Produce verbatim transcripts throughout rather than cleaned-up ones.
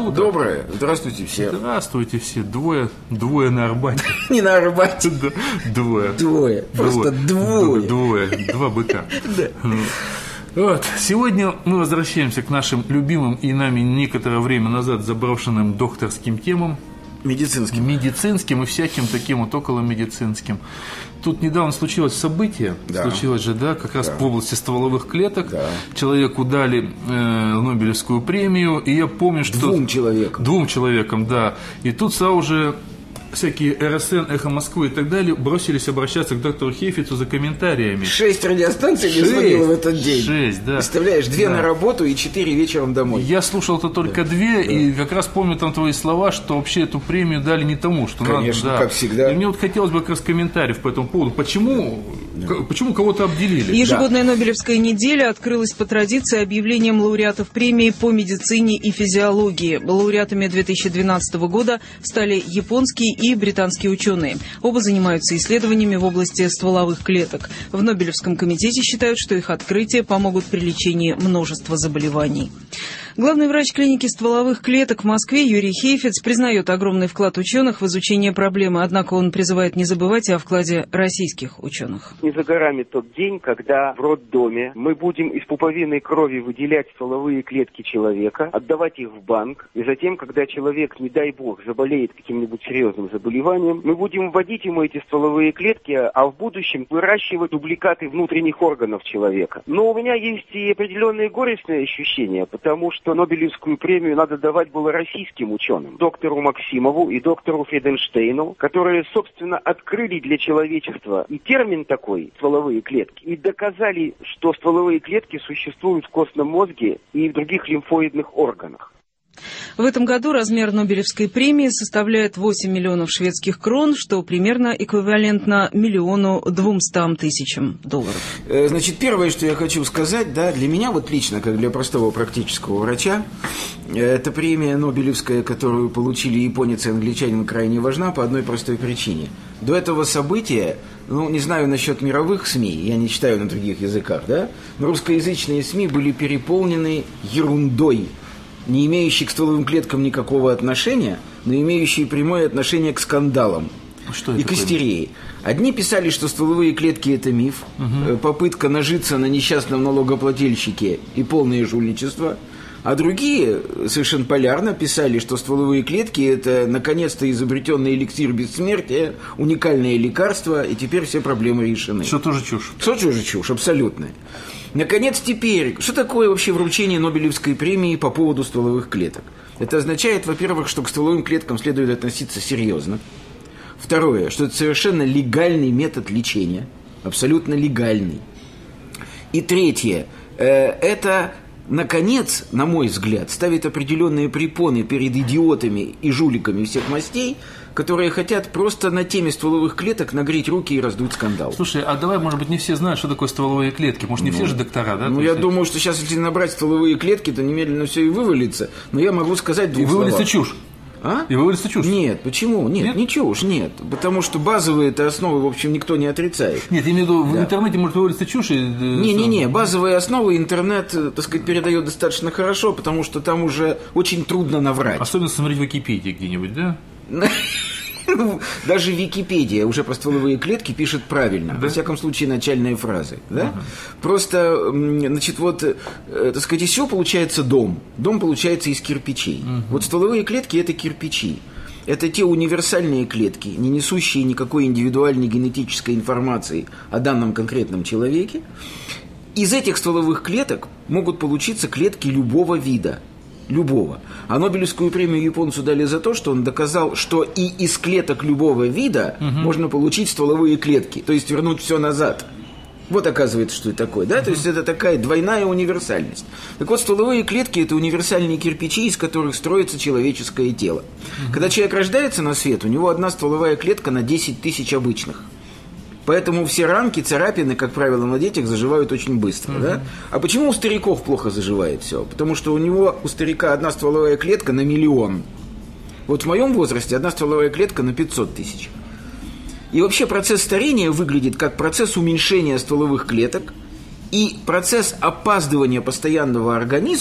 утро. Доброе. Здравствуйте все. Здравствуйте все. Двое, двое на Арбате. Не на Арбате. Двое. Двое. Просто двое. Двое. Два быка. Вот. Сегодня мы возвращаемся к нашим любимым и нами некоторое время назад заброшенным докторским темам. Медицинским. Медицинским и всяким таким вот околомедицинским. Тут недавно случилось событие, да. случилось же, да, как раз да. в области стволовых клеток. Да. Человеку дали э, Нобелевскую премию, и я помню, что... Двум человекам. Двум человекам, да. И тут сразу же всякие эр эс эн, Эхо Москвы и так далее бросились обращаться к доктору Хейфицу за комментариями. Шесть радиостанций не звонило в этот день. Шесть, да. Представляешь, две да. на работу и четыре вечером домой. Я слушал это только да. две, да. и как раз помню там твои слова, что вообще эту премию дали не тому, что Конечно, надо. Да. как всегда. И мне вот хотелось бы как раз комментариев по этому поводу. Почему, да. почему кого-то обделили? Ежегодная да. Нобелевская неделя открылась по традиции объявлением лауреатов премии по медицине и физиологии. Лауреатами две тысячи двенадцатого года стали японские и британские ученые. Ученые. Оба занимаются исследованиями в области стволовых клеток. В Нобелевском комитете считают, что их открытия помогут при лечении множества заболеваний. Главный врач клиники стволовых клеток в Москве Юрий Хейфиц признает огромный вклад ученых в изучение проблемы, однако он призывает не забывать и о вкладе российских ученых. Не за горами тот день, когда в роддоме мы будем из пуповинной крови выделять стволовые клетки человека, отдавать их в банк, и затем, когда человек, не дай бог, заболеет каким-нибудь серьезным заболеванием, мы будем вводить ему эти стволовые клетки, а в будущем выращивать дубликаты внутренних органов человека. Но у меня есть и определенные горестные ощущения, потому что Нобелевскую премию надо давать было российским ученым, доктору Максимову и доктору Фриденштейну, которые, собственно, открыли для человечества и термин такой «стволовые клетки», и доказали, что стволовые клетки существуют в костном мозге и в других лимфоидных органах. В этом году размер Нобелевской премии составляет восемь миллионов шведских крон, что примерно эквивалентно миллиону двумстам тысячам долларов. Значит, первое, что я хочу сказать, да, для меня, вот лично, как для простого практического врача, эта премия Нобелевская, которую получили японец и англичанин, крайне важна по одной простой причине. До этого события, ну, не знаю насчет мировых СМИ, я не читаю на других языках, да, но русскоязычные СМИ были переполнены ерундой, не имеющие к стволовым клеткам никакого отношения, но имеющие прямое отношение к скандалам что и к истерии. Одни писали, что стволовые клетки – это миф, угу. попытка нажиться на несчастном налогоплательщике и полное жульничество, а другие совершенно полярно писали, что стволовые клетки – это наконец-то изобретенный эликсир бессмертия, уникальное лекарство, и теперь все проблемы решены. Что тоже чушь. Что тоже чушь, абсолютная. Наконец, теперь, что такое вообще вручение Нобелевской премии по поводу стволовых клеток? Это означает, во-первых, что к стволовым клеткам следует относиться серьезно. Второе, что это совершенно легальный метод лечения, абсолютно легальный. И третье, э, это, наконец, на мой взгляд, ставит определенные препоны перед идиотами и жуликами всех мастей, которые хотят просто на теме стволовых клеток нагреть руки и раздуть скандал. Слушай, а давай, может быть, не все знают, что такое стволовые клетки. Может, не ну, все же доктора, да? Ну, я есть... думаю, что сейчас, если набрать стволовые клетки, то немедленно все и вывалится. Но я могу сказать двух И вывалится словах. чушь. А? И вывалится чушь. Нет, почему? Нет, нет? не чушь, нет. Потому что базовые это основы, в общем, никто не отрицает. Нет, я имею в виду, да. в интернете может вывалиться чушь. И... Не-не-не, базовые основы интернет, так сказать, передает достаточно хорошо, потому что там уже очень трудно наврать. Особенно смотреть в Википедии где-нибудь, да? Даже Википедия уже про стволовые клетки пишет правильно, да? Во всяком случае, начальные фразы. Да? Ага. Просто, значит, вот, так сказать, из всего получается дом. Дом получается из кирпичей. Угу. Вот стволовые клетки – это кирпичи. Это те универсальные клетки, не несущие никакой индивидуальной генетической информации о данном конкретном человеке. Из этих стволовых клеток могут получиться клетки любого вида. Любого. А Нобелевскую премию японцу дали за то, что он доказал, что и из клеток любого вида угу. можно получить стволовые клетки, то есть вернуть все назад. Вот оказывается, что это такое, да? Угу. То есть это такая двойная универсальность. Так вот, стволовые клетки – это универсальные кирпичи, из которых строится человеческое тело. Угу. Когда человек рождается на свет, у него одна стволовая клетка на десять тысяч обычных. Поэтому все ранки, царапины, как правило, на детях заживают очень быстро. Uh-huh. Да? А почему у стариков плохо заживает все? Потому что у него, у старика одна стволовая клетка на миллион. Вот в моем возрасте одна стволовая клетка на пятьсот тысяч. И вообще процесс старения выглядит как процесс уменьшения стволовых клеток и процесс опаздывания постоянного организма,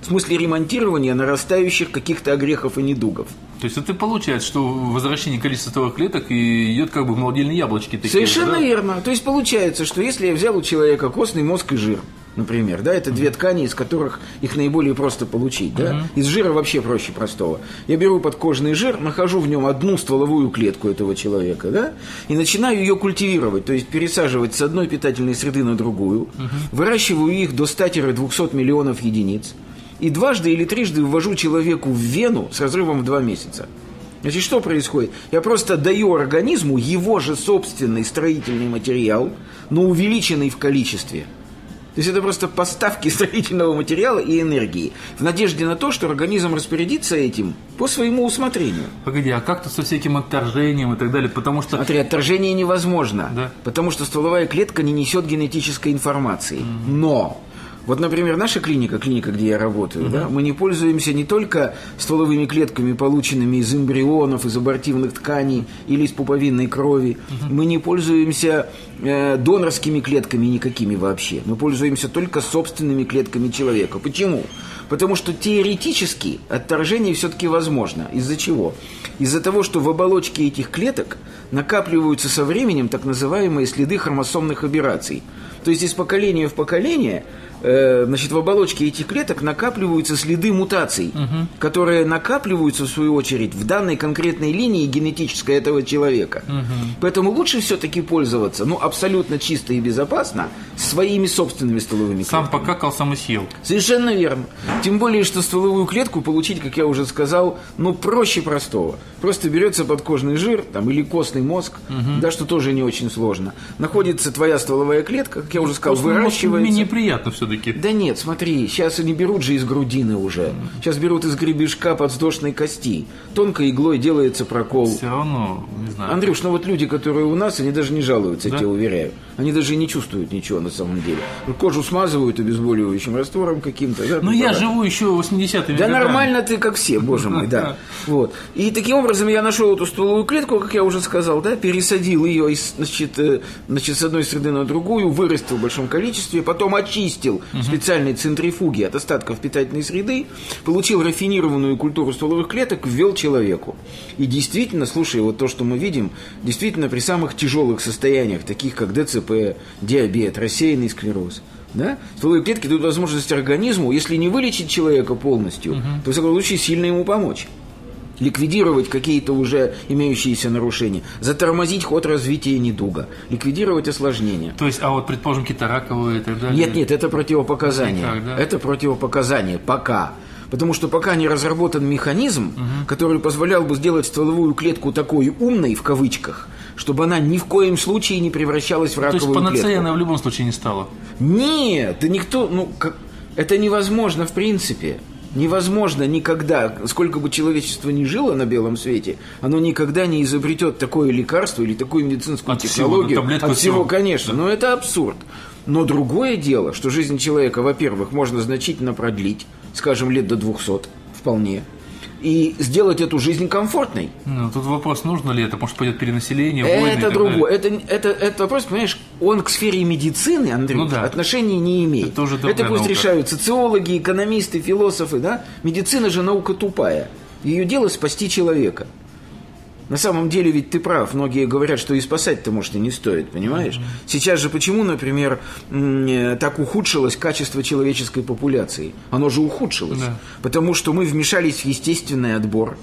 В смысле ремонтирования нарастающих каких-то огрехов и недугов. То есть это получается, что возвращение количества стволовых клеток идет как бы в молодильные яблочки такие. Совершенно да? верно. То есть получается, что если я взял у человека костный мозг и жир, например, да, это две ткани, из которых их наиболее просто получить, да, uh-huh. из жира вообще проще простого. Я беру подкожный жир, нахожу в нем одну стволовую клетку этого человека, да, и начинаю ее культивировать, то есть пересаживать с одной питательной среды на другую, uh-huh. выращиваю их до ста-двухсот миллионов единиц, и дважды или трижды ввожу человеку в вену с разрывом в два месяца. Значит, что происходит? Я просто даю организму его же собственный строительный материал, но увеличенный в количестве. То есть это просто поставки строительного материала и энергии в надежде на то, что организм распорядится этим по своему усмотрению. Погоди, а как-то со всяким отторжением и так далее? Потому что... Смотри, отторжение невозможно, да. потому что стволовая клетка не несет генетической информации. Mm-hmm. Но... Вот, например, наша клиника, клиника, где я работаю, uh-huh. да, мы не пользуемся не только стволовыми клетками, полученными из эмбрионов, из абортивных тканей или из пуповинной крови. Uh-huh. Мы не пользуемся э, донорскими клетками никакими вообще. Мы пользуемся только собственными клетками человека. Почему? Потому что теоретически отторжение все-таки возможно. Из-за чего? Из-за того, что в оболочке этих клеток накапливаются со временем так называемые следы хромосомных аберраций. То есть из поколения в поколение... Значит, в оболочке этих клеток накапливаются следы мутаций, угу. которые накапливаются, в свою очередь, в данной конкретной линии генетической этого человека. Угу. Поэтому лучше все-таки пользоваться, ну, абсолютно чисто и безопасно, своими собственными стволовыми клетками. Сам покакал, сам и съел. Совершенно верно. Тем более, что стволовую клетку получить, как я уже сказал, ну, проще простого. Просто берется подкожный жир, там, или костный мозг, угу. да, что тоже не очень сложно. Находится твоя стволовая клетка, как я уже сказал, костный выращивается. Мне неприятно все-таки. Да нет, смотри, сейчас они берут же из грудины уже. Сейчас берут из гребешка подвздошной кости. Тонкой иглой делается прокол. Все равно, не знаю. Андрюш, ну вот люди, которые у нас, они даже не жалуются, да? я тебе уверяю. Они даже и не чувствуют ничего на самом деле. Кожу смазывают обезболивающим раствором каким-то. Да, ну я живу еще восьмидесятыми Да годами. Нормально ты, как все, боже мой, да. Вот. И таким образом я нашел эту стволовую клетку, как я уже сказал, да, пересадил ее из, значит, значит, с одной среды на другую, вырастил в большом количестве, потом очистил угу. специальной центрифуги от остатков питательной среды, получил рафинированную культуру стволовых клеток, ввел человеку. И действительно, слушай, вот то, что мы видим, действительно при самых тяжелых состояниях, таких как ДЦП, диабет, рассеянный склероз, да, стволовые клетки дают возможность организму, если не вылечить человека полностью, угу. то, в всяком случае, сильно ему помочь. Ликвидировать какие-то уже имеющиеся нарушения, затормозить ход развития недуга, ликвидировать осложнения. То есть, а вот, предположим, какие-то раковые и так далее? Нет, нет, это противопоказание. Никак, да? Это противопоказание пока. Потому что пока не разработан механизм, угу. который позволял бы сделать стволовую клетку такой умной, в кавычках, чтобы она ни в коем случае не превращалась в раковую клетку. То есть панацея она в любом случае не стала? Нет, да никто, ну, как, это невозможно в принципе. Невозможно никогда, сколько бы человечество ни жило на белом свете, оно никогда не изобретет такое лекарство или такую медицинскую от технологию. Всего, от всего, всего, конечно, да. Но это абсурд. Но другое дело, что жизнь человека, во-первых, можно значительно продлить, скажем, лет до двухсот, вполне, и сделать эту жизнь комфортной. Ну, тут вопрос, нужно ли это, может, пойдет перенаселение, войны это другое. Это, это, это вопрос, понимаешь, он к сфере медицины, Андрей, ну, да. отношения не имеет. Это, уже это пусть наука. решают социологи, экономисты, философы, да? Медицина же наука тупая. Ее дело спасти человека. На самом деле ведь ты прав, многие говорят, что и спасать-то, может, и не стоит, понимаешь? Mm-hmm. Сейчас же почему, например, так ухудшилось качество человеческой популяции? Оно же ухудшилось, да. Потому что мы вмешались в естественный отбор,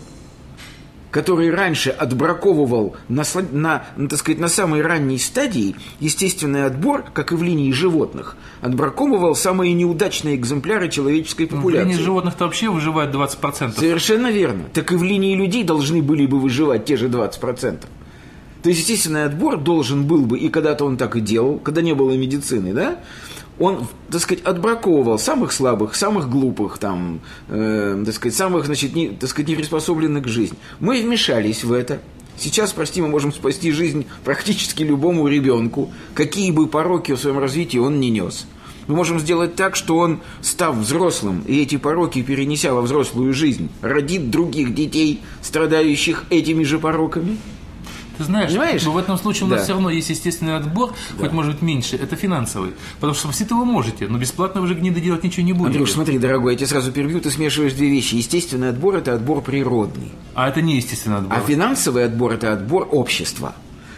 который раньше отбраковывал на, на, на, так сказать, на самой ранней стадии естественный отбор, как и в линии животных, отбраковывал самые неудачные экземпляры человеческой популяции. В линии животных-то вообще выживает двадцать процентов. Совершенно верно. Так и в линии людей должны были бы выживать те же двадцать процентов. То есть естественный отбор должен был бы, и когда-то он так и делал, когда не было медицины, да, он, так сказать, отбраковывал самых слабых, самых глупых, там, э, так сказать, самых, значит, не, так сказать, неприспособленных к жизни. Мы вмешались в это. Сейчас, прости, мы можем спасти жизнь практически любому ребенку, какие бы пороки в своем развитии он не нес. Мы можем сделать так, что он, став взрослым, и эти пороки перенеся во взрослую жизнь, родит других детей, страдающих этими же пороками. Ты Ты знаешь, понимаешь? Но в этом случае у нас да. все равно есть естественный отбор, да. хоть может быть меньше, это финансовый. Потому что спасти-то вы можете, но бесплатно вы же гниды делать ничего не будете. Андрюш, смотри, дорогой, я тебя сразу перебью, ты смешиваешь две вещи. Естественный отбор – это отбор природный. А это не естественный отбор. А финансовый отбор – это отбор общества.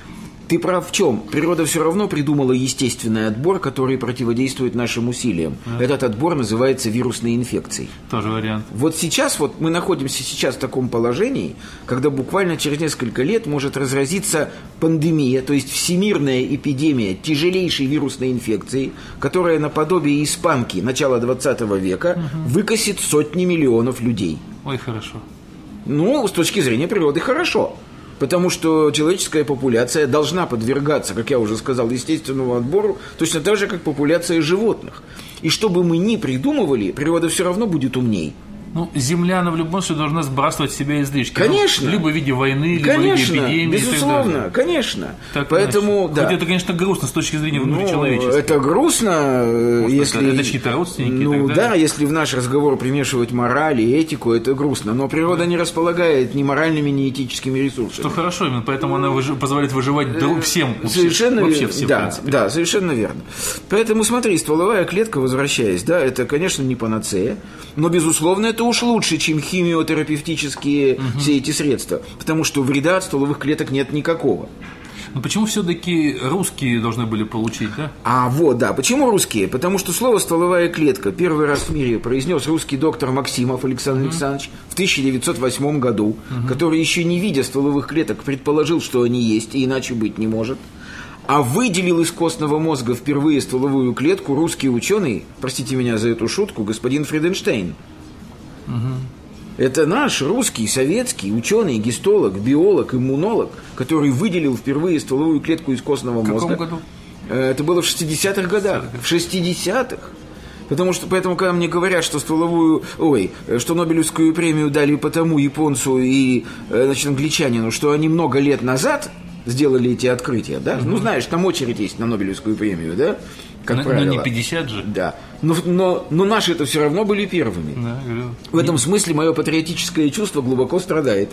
Ты прав в чем? Природа все равно придумала естественный отбор, который противодействует нашим усилиям. Да. Этот отбор называется вирусной инфекцией. Тоже вариант. Вот сейчас, вот мы находимся сейчас в таком положении, когда буквально через несколько лет может разразиться пандемия, то есть всемирная эпидемия тяжелейшей вирусной инфекции, которая наподобие испанки начала двадцатого века угу. выкосит сотни миллионов людей. Ой, хорошо. Ну, с точки зрения природы, хорошо. Потому что человеческая популяция должна подвергаться, как я уже сказал, естественному отбору, точно так же, как популяция животных. И что бы мы ни придумывали, природа все равно будет умней. Ну, Земля, она в любом случае должна сбрасывать в себя излишки. Конечно. Ну, либо в виде войны, либо конечно, в виде эпидемии. Безусловно, конечно. Так Поэтому, да. Хотя это, конечно, грустно с точки зрения внутри ну, человечества. Это грустно, Может, если... Это, это чьи-то родственники Ну, и так далее. да, если в наш разговор примешивать мораль и этику, это грустно. Но природа да. не располагает ни моральными, ни этическими ресурсами. Что хорошо, именно поэтому она выж... позволяет выживать всем. Совершенно вообще всем, да, в принципе. Да, совершенно верно. Поэтому, смотри, стволовая клетка, возвращаясь, да, это, конечно, не панацея, но, безусловно, это уж лучше, чем химиотерапевтические угу. все эти средства, потому что вреда от стволовых клеток нет никакого. Но почему все-таки русские должны были получить, да? А вот, да, почему русские? Потому что слово «стволовая клетка» первый раз в мире произнес русский доктор Максимов Александр uh-huh. Александрович в тысяча девятьсот восьмом году, uh-huh. который, еще не видя стволовых клеток, предположил, что они есть, и иначе быть не может. А выделил из костного мозга впервые стволовую клетку русский ученый, простите меня за эту шутку, господин Фриденштейн. Uh-huh. Это наш русский, советский ученый, гистолог, биолог, иммунолог, который выделил впервые стволовую клетку из костного мозга. В каком году? Это было в шестидесятых годах. В шестидесятых. Потому что, поэтому, когда мне говорят, что стволовую, ой, что Нобелевскую премию дали по тому японцу и, значит, англичанину, что они много лет назад сделали эти открытия, да? Угу. Ну, знаешь, там очередь есть на Нобелевскую премию, да? Как но, правило. Но не пятьдесят же. Да. Но, но, но наши-то все равно были первыми. Да, в этом смысле мое патриотическое чувство глубоко страдает.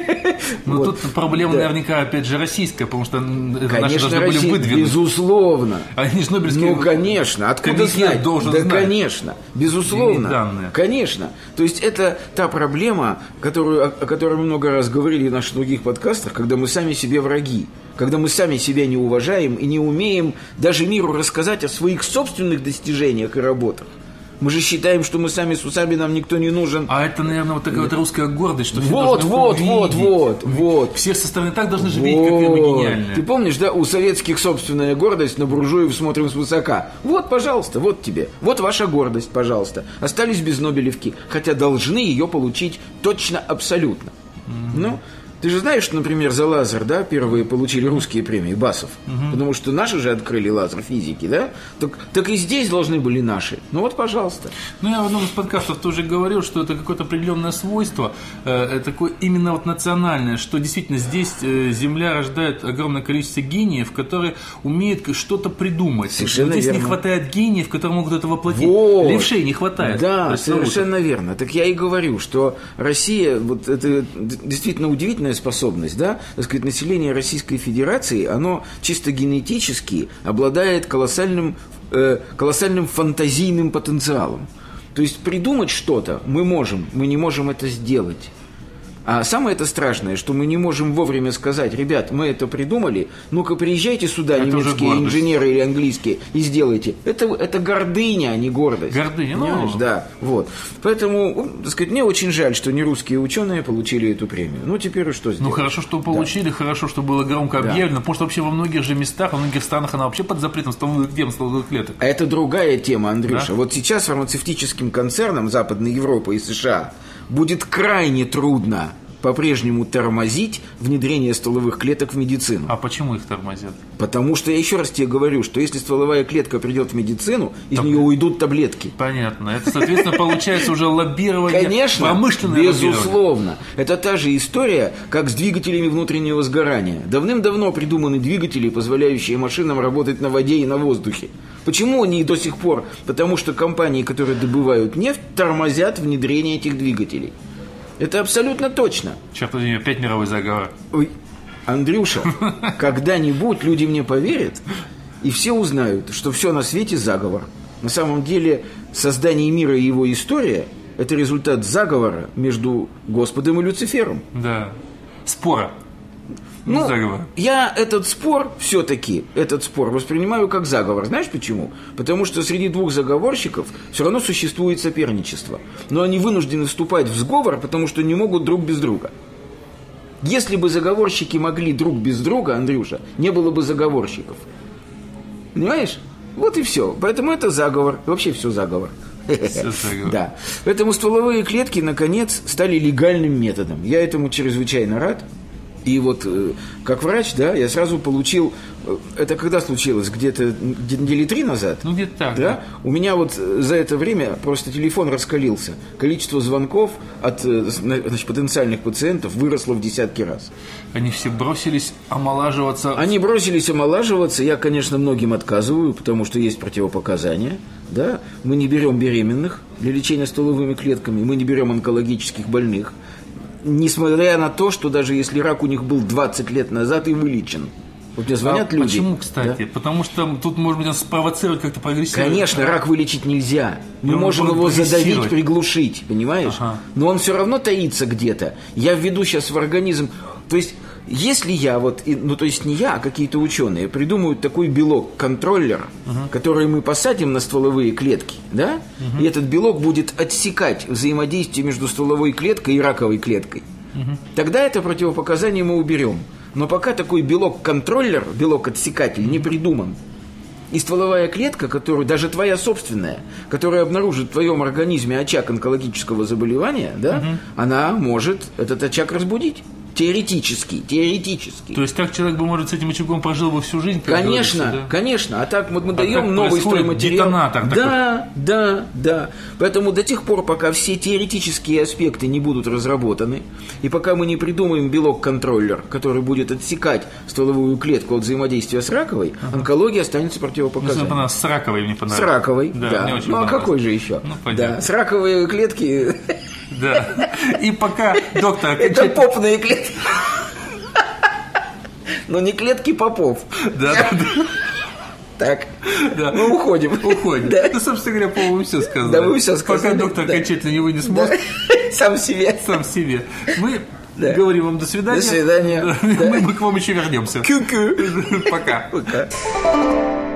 Но вот. Тут проблема, да. наверняка, опять же, российская, потому что конечно, наши должны Россия, были выдвинуть. Безусловно. Они же Нобелевские... Ну, конечно. Откуда знать? Должен да, знать. конечно. Безусловно. Конечно. То есть, это та проблема, которую, о которой мы много раз говорили в наших других подкастах, когда мы сами себе враги. Когда мы сами себя не уважаем и не умеем даже миру рассказать о своих собственных достижениях и работах. Мы же считаем, что мы сами с усами, нам никто не нужен. А это, наверное, вот такая вот русская гордость, что все вот, должны вот, увидеть. вот, вот, вот. Все со стороны так должны же вот. видеть, какие мы гениальные. Ты помнишь, да, у советских собственная гордость, на буржуев смотрим свысока. Вот, пожалуйста, вот тебе. Вот ваша гордость, пожалуйста. Остались без Нобелевки, хотя должны ее получить точно, абсолютно. Mm-hmm. Ну, ты же знаешь, что, например, за лазер, да, первые получили русские премии, Басов. Угу. Потому что наши же открыли лазер физики, да? Так, так и здесь должны были наши. Ну вот, пожалуйста. Ну, я в одном из подкастов тоже говорил, что это какое-то определенное свойство, э, такое именно вот национальное, что действительно здесь э, Земля рождает огромное количество гениев, которые умеют что-то придумать. Совершенно здесь верно. не хватает гениев, которые могут это воплотить. Вот. Левшей не хватает. Да, совершенно верно. Так я и говорю, что Россия, вот это действительно удивительно, способность, да, так сказать, население Российской Федерации, оно чисто генетически обладает колоссальным, э, колоссальным фантазийным потенциалом. То есть придумать что-то мы можем, мы не можем это сделать. А самое это страшное, что мы не можем вовремя сказать: ребят, мы это придумали, ну-ка приезжайте сюда, это немецкие инженеры или английские, и сделайте. Это, это гордыня, а не гордость. Гордыня, понимаешь? Ну... Да, вот. Поэтому, так сказать, мне очень жаль, что не русские ученые получили эту премию. Ну, теперь что сделать? Ну, хорошо, что получили, да. Хорошо, что было громко объявлено, да. Потому что вообще во многих же местах, во многих странах она вообще под запретом стволовых тем, стволовых клеток. А это другая тема, Андрюша. Да? Вот сейчас фармацевтическим концернам Западной Европы и США будет крайне трудно по-прежнему тормозить внедрение стволовых клеток в медицину. А почему их тормозят? Потому что я еще раз тебе говорю, что если стволовая клетка придет в медицину, из так... нее уйдут таблетки. Понятно. Это, соответственно, получается уже лоббирование, конечно, промышленное безусловно. Это та же история, как с двигателями внутреннего сгорания. Давным-давно придуманы двигатели, позволяющие машинам работать на воде и на воздухе. Почему они до сих пор? Потому что компании, которые добывают нефть, тормозят внедрение этих двигателей. Это абсолютно точно. Черт возьми, опять мировой заговор. Ой. Андрюша, когда-нибудь люди мне поверят, и все узнают, что все на свете заговор. На самом деле создание мира и его история – это результат заговора между Господом и Люцифером. Да, спора. Ну, заговор. Я этот спор, все-таки, этот спор воспринимаю как заговор. Знаешь почему? Потому что среди двух заговорщиков все равно существует соперничество. Но они вынуждены вступать в сговор, потому что не могут друг без друга. Если бы заговорщики могли друг без друга, Андрюша, не было бы заговорщиков. Понимаешь? Вот и все. Поэтому это заговор. Вообще все заговор. Все заговор. Да. Поэтому стволовые клетки, наконец, стали легальным методом. Я этому чрезвычайно рад. И вот как врач, да, я сразу получил, это когда случилось, где-то недели три назад? Ну, где-то так. Да? Да? У меня вот за это время просто телефон раскалился. Количество звонков от, значит, потенциальных пациентов выросло в десятки раз. Они все бросились омолаживаться. Они бросились омолаживаться. Я, конечно, многим отказываю, потому что есть противопоказания. Да? Мы не берем беременных для лечения стволовыми клетками, мы не берем онкологических больных. Несмотря на то, что даже если рак у них был двадцать лет назад и вылечен. Вот мне звонят а люди. Почему, кстати? Да? Потому что тут, может быть, спровоцировать как-то прогрессировать. Конечно, рак вылечить нельзя. Мы можем его задавить, приглушить, понимаешь? Ага. Но он все равно таится где-то. Я введу сейчас в организм... То есть, если я, вот, ну то есть не я, а какие-то ученые придумают такой белок-контроллер, uh-huh. который мы посадим на стволовые клетки, да? Uh-huh. И этот белок будет отсекать взаимодействие между стволовой клеткой и раковой клеткой. Uh-huh. Тогда это противопоказание мы уберем. Но пока такой белок-контроллер, белок-отсекатель не придуман, и стволовая клетка, которую, даже твоя собственная, которая обнаружит в твоем организме очаг онкологического заболевания, да, uh-huh. она может этот очаг разбудить. Теоретически, теоретически. То есть так человек бы, может, с этим очагом прожил бы всю жизнь? Конечно, да? Конечно. А так вот мы а даем новый стройматериал. Детонатор да, такой. да, да. Поэтому до тех пор, пока все теоретические аспекты не будут разработаны, и пока мы не придумаем белок-контроллер, который будет отсекать стволовую клетку от взаимодействия с раковой, ага. онкология останется противопоказанием. Ну, с раковой мне понравилось. С раковой, да. да. Ну, а какой же еще? Ну, да. С раковой клетки... Да. И пока доктор... Это попные клетки. Но не клетки попов. Да, да, да. Так, да. Мы уходим. Уходим. Да. Ну, собственно говоря, по-моему, все сказали. Да, вы все сказали. Пока доктор да. окончательно не вынес мозг. Да. Сам себе. Сам себе. Мы да. говорим вам до свидания. До свидания. Мы, да. мы к вам еще вернемся. Ку-ку. Пока. Пока.